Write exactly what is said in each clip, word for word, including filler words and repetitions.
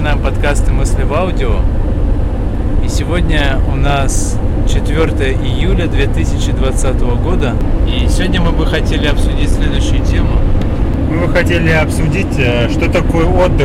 начинаем подкасты «Мысли в аудио». И сегодня у нас четвёртое июля две тысячи двадцатого года. И сегодня мы бы хотели обсудить следующую тему. Мы бы хотели обсудить, что такое отдых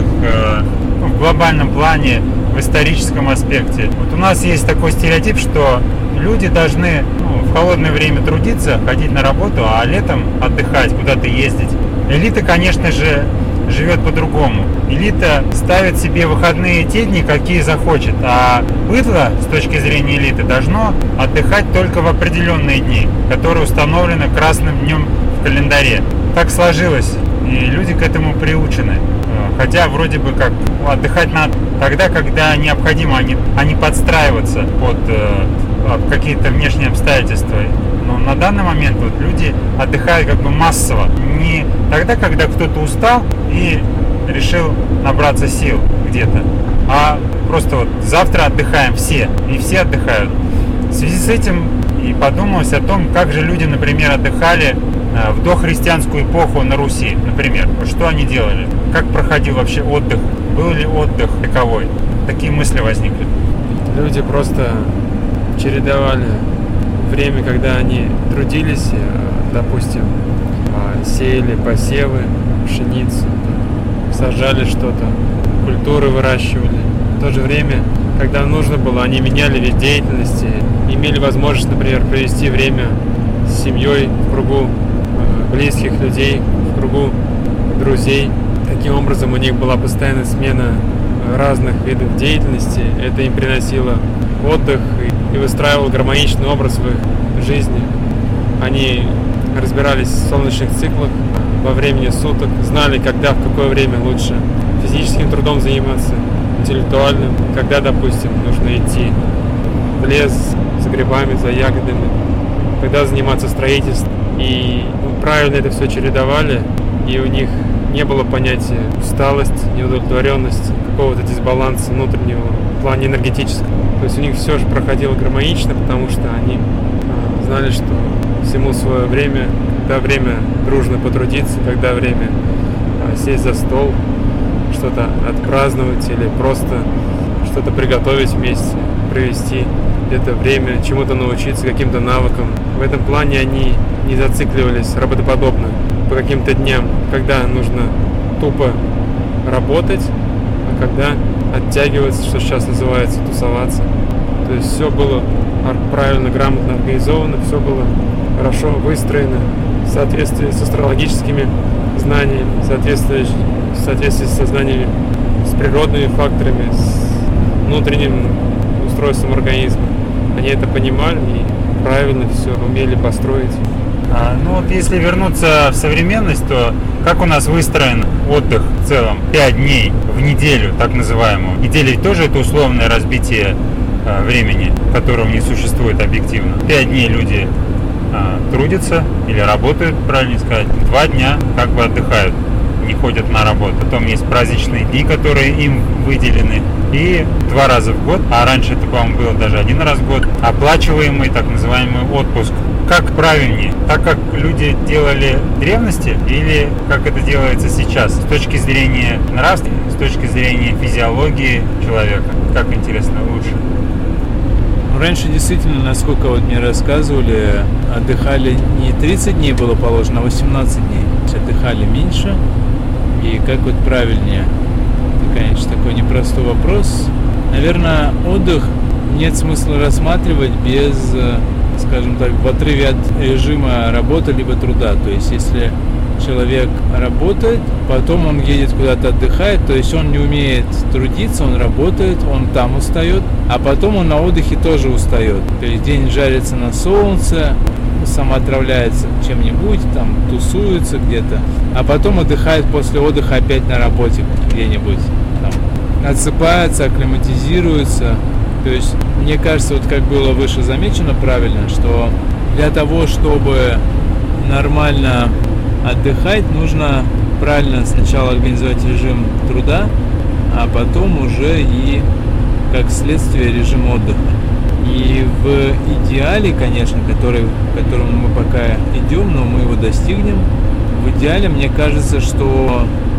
в глобальном плане, в историческом аспекте. Вот у нас есть такой стереотип, что люди должны ну, в холодное время трудиться, ходить на работу, а летом отдыхать, куда-то ездить. Элита, конечно же, живет по-другому. Элита ставит себе выходные те дни, какие захочет, а быдло, с точки зрения элиты, должно отдыхать только в определенные дни, которые установлены красным днем в календаре. Так сложилось, и люди к этому приучены. Хотя вроде бы как отдыхать надо тогда, когда необходимо, а не, а не подстраиваться под э, какие-то внешние обстоятельства. Но на данный момент вот люди отдыхают как бы массово. Не тогда, когда кто-то устал и решил набраться сил где-то, а просто вот завтра отдыхаем все, и все отдыхают. В связи с этим и подумалось о том, как же люди, например, отдыхали в дохристианскую эпоху на Руси, например. Что они делали? Как проходил вообще отдых? Был ли отдых таковой? Такие мысли возникли. Люди просто чередовали время, когда они трудились, допустим, сеяли посевы, пшеницу, сажали что-то, культуры выращивали. В то же время, когда нужно было, они меняли вид деятельности, имели возможность, например, провести время с семьей в кругу близких людей, в кругу друзей. Таким образом, у них была постоянная смена разных видов деятельности. Это им приносило отдых и выстраивало гармоничный образ в их жизни. Они разбирались в солнечных циклах во времени суток, знали, когда, в какое время лучше физическим трудом заниматься, интеллектуальным, когда, допустим, нужно идти в лес за грибами, за ягодами, когда заниматься строительством. И правильно это все чередовали, и у них не было понятия усталость, неудовлетворенность, какого-то дисбаланса внутреннего в плане энергетического. То есть у них все же проходило гармонично, потому что они а, знали, что всему свое время, когда время дружно потрудиться, когда время а, сесть за стол, что-то отпраздновать или просто что-то приготовить вместе, провести где-то время, чему-то научиться, каким-то навыкам. В этом плане они не зацикливались работоподобно по каким-то дням, когда нужно тупо работать, а когда оттягиваться, что сейчас называется тусоваться. То есть все было правильно, грамотно организовано, все было хорошо выстроено в соответствии с астрологическими знаниями, в соответствии, в соответствии со знаниями, с природными факторами, с внутренним устройством организма. Они это понимали и правильно все умели построить. А, ну вот если вернуться в современность, то как у нас выстроен отдых в целом? Пять дней в неделю, так называемую. Неделя ведь тоже это условное разбитие а, времени, которого не существует объективно. Пять дней люди а, трудятся или работают, правильно сказать. Два дня как бы отдыхают, не ходят на работу. Потом есть праздничные дни, которые им выделены. И два раза в год, а раньше это, по-моему, было даже один раз в год, оплачиваемый так называемый отпуск. Как правильнее? Так, как люди делали в древности, или как это делается сейчас? С точки зрения нравства, с точки зрения физиологии человека? Как интересно, лучше? Раньше действительно, насколько вот мне рассказывали, отдыхали не тридцать дней было положено, а восемнадцать дней. То есть отдыхали меньше. И как вот правильнее? Это, конечно, такой непростой вопрос. Наверное, отдых нет смысла рассматривать без, скажем так, в отрыве от режима работы либо труда. То есть, если человек работает, потом он едет куда-то отдыхает, то есть он не умеет трудиться, он работает, он там устает, а потом он на отдыхе тоже устает. То есть день жарится на солнце, самоотравляется чем-нибудь, там тусуется где-то, а потом отдыхает после отдыха опять на работе где-нибудь, там, отсыпается, акклиматизируется. То есть мне кажется, вот как было выше замечено правильно, что для того, чтобы нормально отдыхать, нужно правильно сначала организовать режим труда, а потом уже и как следствие режим отдыха. И в идеале, конечно, который, к которому мы пока идем, но мы его достигнем, в идеале мне кажется, что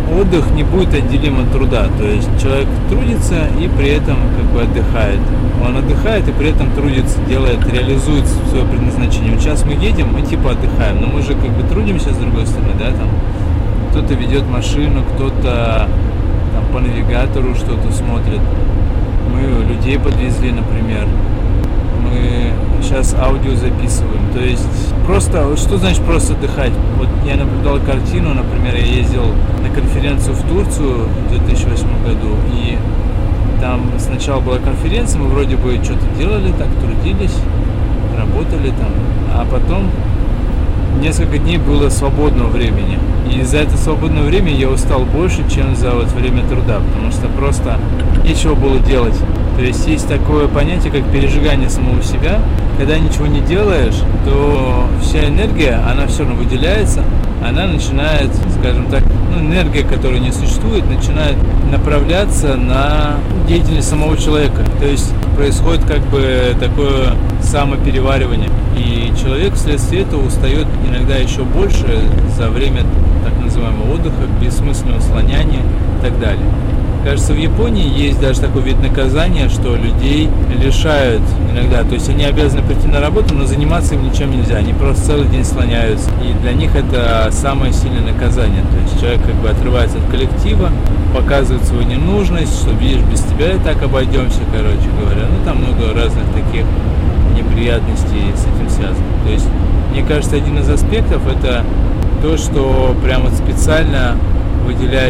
отдых не будет отделим от труда. То есть человек трудится и при этом как бы отдыхает. Он отдыхает и при этом трудится, делает, реализует свое предназначение. Вот сейчас мы едем, мы типа отдыхаем, но мы же как бы трудимся с другой стороны, да, там кто-то ведет машину, кто-то там по навигатору что-то смотрит. Мы людей подвезли, например. Мы сейчас аудио записываем. То есть просто, что значит просто отдыхать? Вот я наблюдал картину, например, я ездил на конференцию в Турцию в две тысячи восьмом году, и там сначала была конференция, мы вроде бы что-то делали, так трудились, работали там, а потом несколько дней было свободного времени. И за это свободное время я устал больше, чем за вот время труда, потому что просто нечего было делать. То есть есть такое понятие, как пережигание самого себя. Когда ничего не делаешь, то вся энергия, она все равно выделяется, она начинает, скажем так, ну, энергия, которая не существует, начинает направляться на деятельность самого человека. То есть происходит как бы такое самопереваривание. И человек вследствие этого устает иногда еще больше за время так называемого отдыха, бессмысленного слоняния и так далее. Кажется, в Японии есть даже такой вид наказания, что людей лишают иногда, то есть они обязаны прийти на работу, но заниматься им ничем нельзя, они просто целый день слоняются, и для них это самое сильное наказание, то есть человек как бы отрывается от коллектива, показывает свою ненужность, что видишь, без тебя и так обойдемся, короче говоря, ну там много разных таких неприятностей с этим связано. То есть, мне кажется, один из аспектов это то, что прямо специально выделять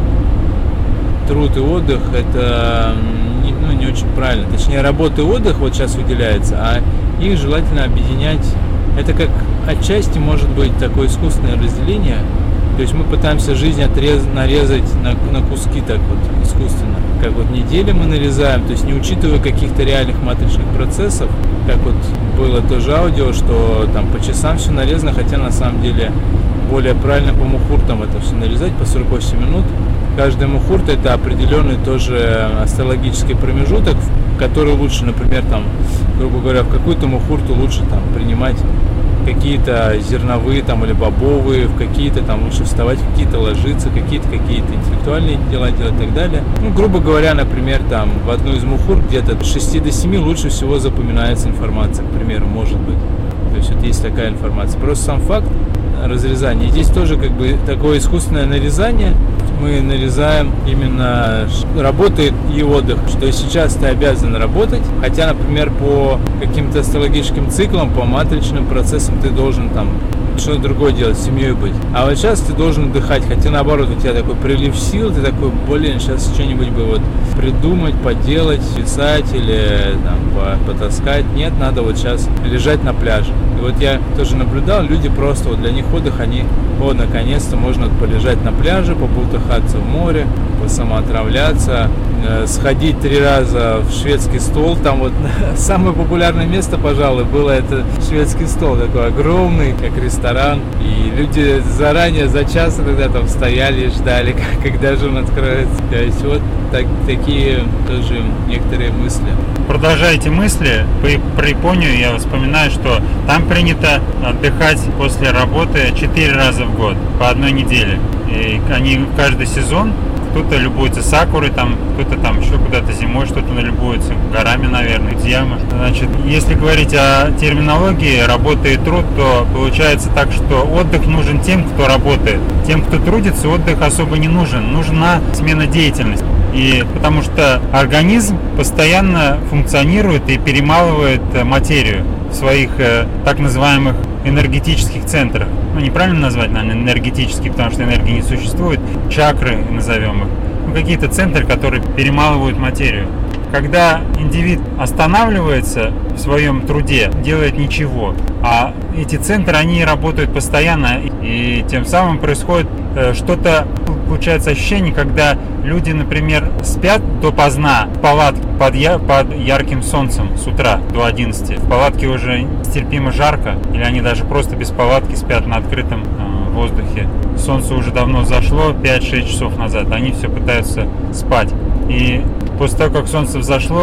труд и отдых, это не, ну, не очень правильно. Точнее, работа и отдых вот сейчас выделяется, а их желательно объединять. Это как отчасти может быть такое искусственное разделение. То есть мы пытаемся жизнь отрез, нарезать на, на куски так вот искусственно. Как вот недели мы нарезаем, то есть не учитывая каких-то реальных матричных процессов, как вот было тоже аудио, что там по часам все нарезано, хотя на самом деле более правильно по мухуртам это все нарезать по сорок восемь минут. Каждый мухурт это определенный тоже астрологический промежуток, в который лучше, например, там, грубо говоря, в какую-то мухурту лучше там принимать какие-то зерновые там или бобовые, в какие-то там лучше вставать, в какие-то ложиться, какие-то какие-то интеллектуальные дела делать и так далее. Ну, грубо говоря, например, там в одну из мухурт где-то с шести до семи лучше всего запоминается информация, к примеру, может быть. То есть вот есть такая информация. Просто сам факт разрезания. И здесь тоже как бы такое искусственное нарезание. Мы нарезаем именно работа и отдых, что сейчас ты обязан работать, хотя, например, по каким-то астрологическим циклам, по матричным процессам ты должен там что-то другое делать, с семьей быть. А вот сейчас ты должен отдыхать, хотя наоборот у тебя такой прилив сил, ты такой, блин, сейчас что-нибудь бы вот придумать, поделать, писать или там потаскать. Нет, надо вот сейчас лежать на пляже. И вот я тоже наблюдал, люди просто, вот для них отдых, они, о, наконец-то можно полежать на пляже, побултыхаться в море, самоотравляться, э, сходить три раза в шведский стол. Там вот самое популярное место, пожалуй, было это шведский стол, такой огромный, как ресторан. И люди заранее, за час иногда там стояли и ждали, когда же он откроется. То есть вот так, такие тоже некоторые мысли. Продолжайте мысли. Про Японию я вспоминаю, что там принято отдыхать после работы четыре раза в год, по одной неделе. И они каждый сезон, кто-то любуется сакурой, там, кто-то там еще куда-то зимой что-то налюбуется, горами, наверное, Дзиямы. Значит, если говорить о терминологии работы и труд, то получается так, что отдых нужен тем, кто работает. Тем, кто трудится, отдых особо не нужен. Нужна смена деятельности. И потому что организм постоянно функционирует и перемалывает материю в своих э, так называемых энергетических центрах. Ну, неправильно назвать, наверное, энергетические, потому что энергии не существует. Чакры, назовем их. Ну, какие-то центры, которые перемалывают материю. Когда индивид останавливается в своем труде, делает ничего, а эти центры, они работают постоянно, и тем самым происходит э, что-то, получается ощущение, когда люди, например, спят допоздна в палатке под, я, под ярким солнцем с утра до одиннадцати. В палатке уже нестерпимо жарко, или они даже просто без палатки спят на открытом э, воздухе. Солнце уже давно зашло, пять-шесть часов назад, они все пытаются спать. И после того, как солнце взошло,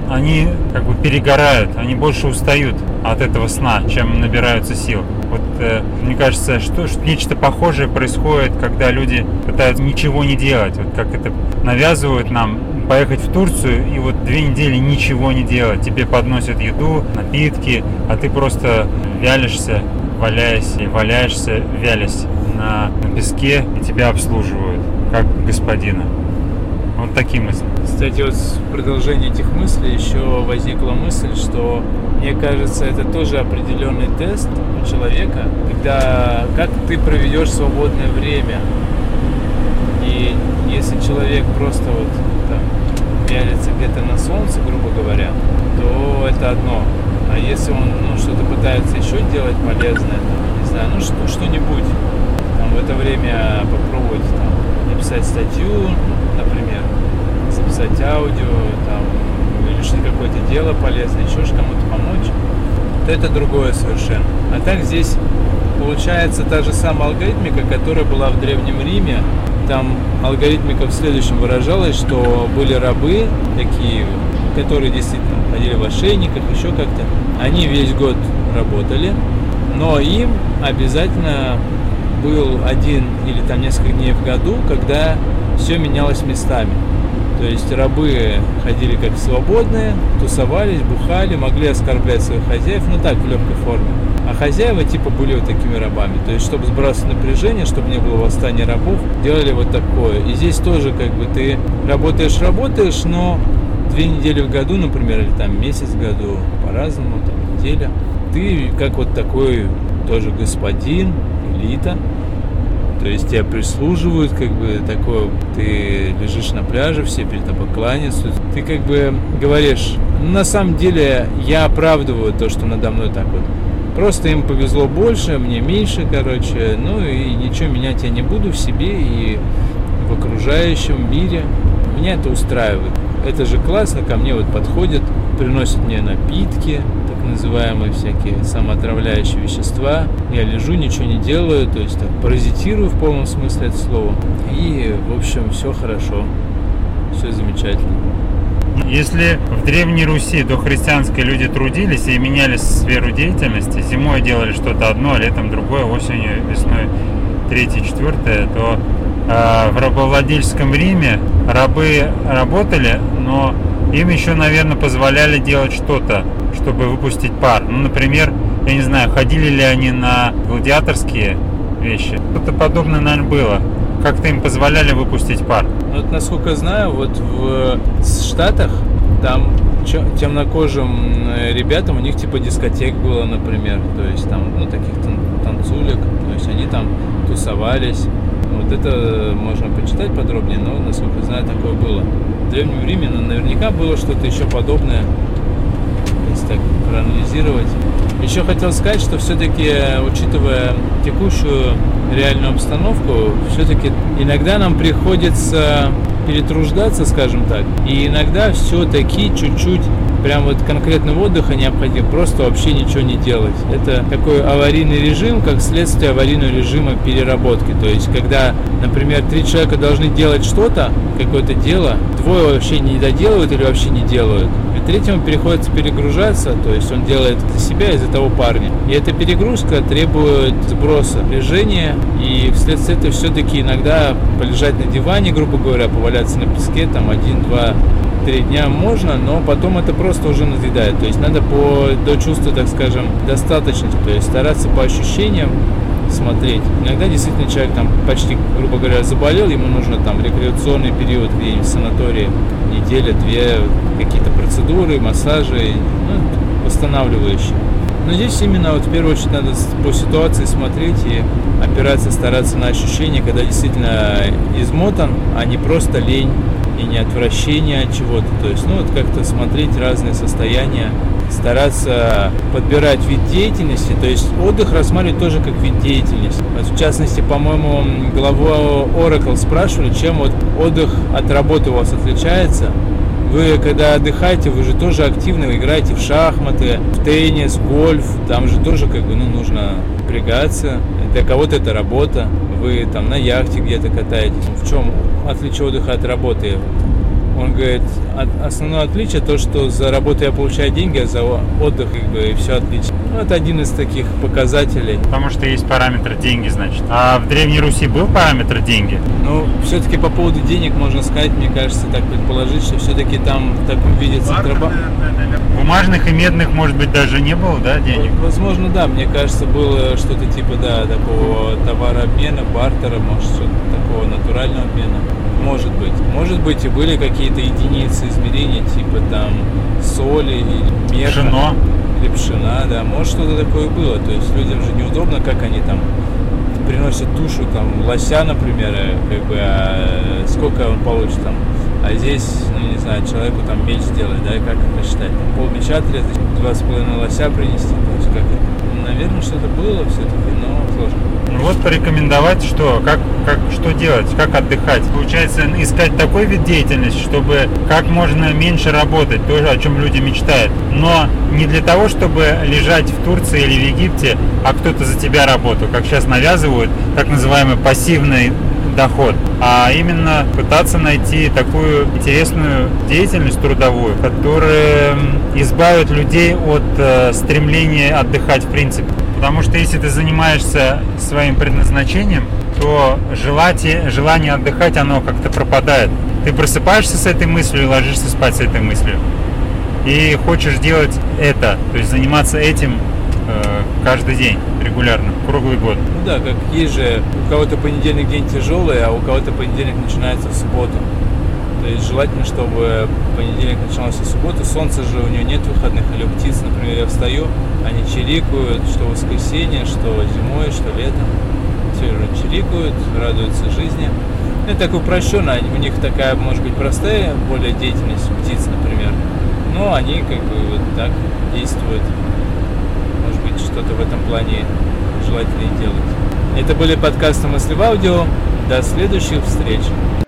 они как бы перегорают, они больше устают от этого сна, чем набираются сил. Вот э, мне кажется, что, что нечто похожее происходит, когда люди пытаются ничего не делать. Вот как это навязывают нам поехать в Турцию и вот две недели ничего не делать. Тебе подносят еду, напитки, а ты просто вялишься, валяясь и валяешься, вялясь на, на песке, и тебя обслуживают, как господина. Вот такие мысли. Кстати, вот в продолжении этих мыслей еще возникла мысль, что, мне кажется, это тоже определенный тест у человека, когда как ты проведешь свободное время. И если человек просто вот там вялится где-то на солнце, грубо говоря, то это одно. А если он ну, что-то пытается еще делать полезное, там, не знаю, ну что, что-нибудь, там, в это время попробовать там, написать статью, например, записать аудио, там, решить какое-то дело полезное, еще же кому-то помочь, то это другое совершенно. А так здесь получается та же самая алгоритмика, которая была в Древнем Риме. Там алгоритмика в следующем выражалась, что были рабы такие, которые действительно ходили в ошейниках, еще как-то. Они весь год работали, но им обязательно был один или там несколько дней в году, когда все менялось местами. То есть рабы ходили как свободные, тусовались, бухали, могли оскорблять своих хозяев, ну так, в легкой форме. А хозяева типа были вот такими рабами. То есть, чтобы сбрасывать напряжение, чтобы не было восстания рабов, делали вот такое. И здесь тоже как бы ты работаешь, работаешь, но две недели в году, например, или там месяц в году, по-разному, там неделя, ты как вот такой тоже господин, элита. То есть тебя прислуживают, как бы такое, ты лежишь на пляже, все перед тобой кланяются. Ты как бы говоришь, ну, на самом деле я оправдываю то, что надо мной так вот. Просто им повезло больше, мне меньше, короче, ну и ничего менять я не буду в себе и в окружающем мире. Меня это устраивает. Это же классно, ко мне вот подходят, приносят мне напитки, так называемые всякие самоотравляющие вещества. Я лежу, ничего не делаю, то есть так паразитирую в полном смысле этого слова. И, в общем, все хорошо, все замечательно. Если в Древней Руси до христианской люди трудились и меняли сферу деятельности, зимой делали что-то одно, а летом другое, осенью, весной третье, четвертое, то э, в рабовладельческом Риме рабы работали, но им еще, наверное, позволяли делать что-то, чтобы выпустить пар. Ну, например, я не знаю, ходили ли они на гладиаторские вещи. Что-то подобное, наверное, было. Как-то им позволяли выпустить пар. Вот, насколько знаю, вот в Штатах там темнокожим ребятам у них типа дискотек было, например, то есть там, ну, таких танцулек, то есть они там тусовались. Вот это можно почитать подробнее, но, насколько знаю, такое было. В Древнем Риме наверняка было что-то еще подобное, если так проанализировать. Еще хотел сказать, что все-таки, учитывая текущую реальную обстановку, все-таки иногда нам приходится перетруждаться, скажем так, и иногда все-таки чуть-чуть прям вот конкретного отдыха необходимо, просто вообще ничего не делать. Это такой аварийный режим, как следствие аварийного режима переработки. То есть, когда, например, три человека должны делать что-то, какое-то дело, двое вообще не доделывают или вообще не делают. И третьему приходится перегружаться, то есть он делает для себя и за того парня. И эта перегрузка требует сброса напряжения, и вследствие этого все-таки иногда полежать на диване, грубо говоря, поваляться на песке, там один, два, три дня можно, но потом это просто уже надоедает. То есть надо по, до чувства, так скажем, достаточности, то есть стараться по ощущениям смотреть. Иногда действительно человек там почти, грубо говоря, заболел, ему нужно там рекреационный период где-нибудь в санатории, неделя, две, какие-то процедуры, массажи, ну, восстанавливающие. Но здесь именно вот в первую очередь надо по ситуации смотреть и опираться, стараться на ощущения, когда действительно измотан, а не просто лень и не отвращение от чего-то. То есть, ну вот как-то смотреть разные состояния, стараться подбирать вид деятельности, то есть отдых рассматривать тоже как вид деятельности. Вот в частности, по-моему, главу Oracle спрашивали, чем вот отдых от работы у вас отличается. Вы, когда отдыхаете, вы же тоже активно играете в шахматы, в теннис, гольф. Там же тоже как бы, ну, нужно напрягаться. Для кого-то это работа. Вы там на яхте где-то катаетесь. В чем отличие отдыха от работы? Он говорит, от- основное отличие то, что за работу я получаю деньги, а за отдых как бы и все отлично. Ну, это один из таких показателей. Потому что есть параметр деньги, значит. А в Древней Руси был параметр деньги? Ну, все-таки по поводу денег можно сказать, мне кажется, так предположить, что все-таки там в таком виде центроба... Бумажных и медных, может быть, даже не было, да, денег? Возможно, да, мне кажется, было что-то типа, да, такого товарообмена, бартера, может, что-то такого натурального обмена. Может быть. Может быть, и были какие-то единицы измерения, типа там соли или меха. Пшено. Или пшена, да. Может, что-то такое было. То есть людям же неудобно, как они там приносят тушу там лося, например, как бы, а сколько он получит там. А здесь, ну не знаю, человеку там меч сделать, да, и как это считать? Там, пол меча отрезать, два с половиной лося принести, то есть как это? Наверное, что-то было все-таки, но сложно. Ну вот порекомендовать, что, как, как, что делать, как отдыхать. Получается, искать такой вид деятельности, чтобы как можно меньше работать, то, о чем люди мечтают. Но не для того, чтобы лежать в Турции или в Египте, а кто-то за тебя работал, как сейчас навязывают, так называемый пассивный доход, а именно пытаться найти такую интересную деятельность трудовую, которая избавит людей от э, стремления отдыхать в принципе. Потому что если ты занимаешься своим предназначением, то желание, желание отдыхать, оно как-то пропадает. Ты просыпаешься с этой мыслью и ложишься спать с этой мыслью. И хочешь делать это, то есть заниматься этим э, каждый день, регулярно, круглый год. Ну да, как есть же, у кого-то понедельник день тяжелый, а у кого-то понедельник начинается в субботу. То есть желательно, чтобы понедельник начинался в субботу, солнца же у него нет выходных, или у птиц, например, я встаю, они чирикают, что воскресенье, что зимой, что летом. Все уже чирикают, радуются жизни. Это так упрощенно, у них такая, может быть, простая более деятельность у птиц, например. Но они как бы вот так действуют. Может быть, что-то в этом плане желательно и делать. Это были подкасты «Мысли в аудио». До следующих встреч.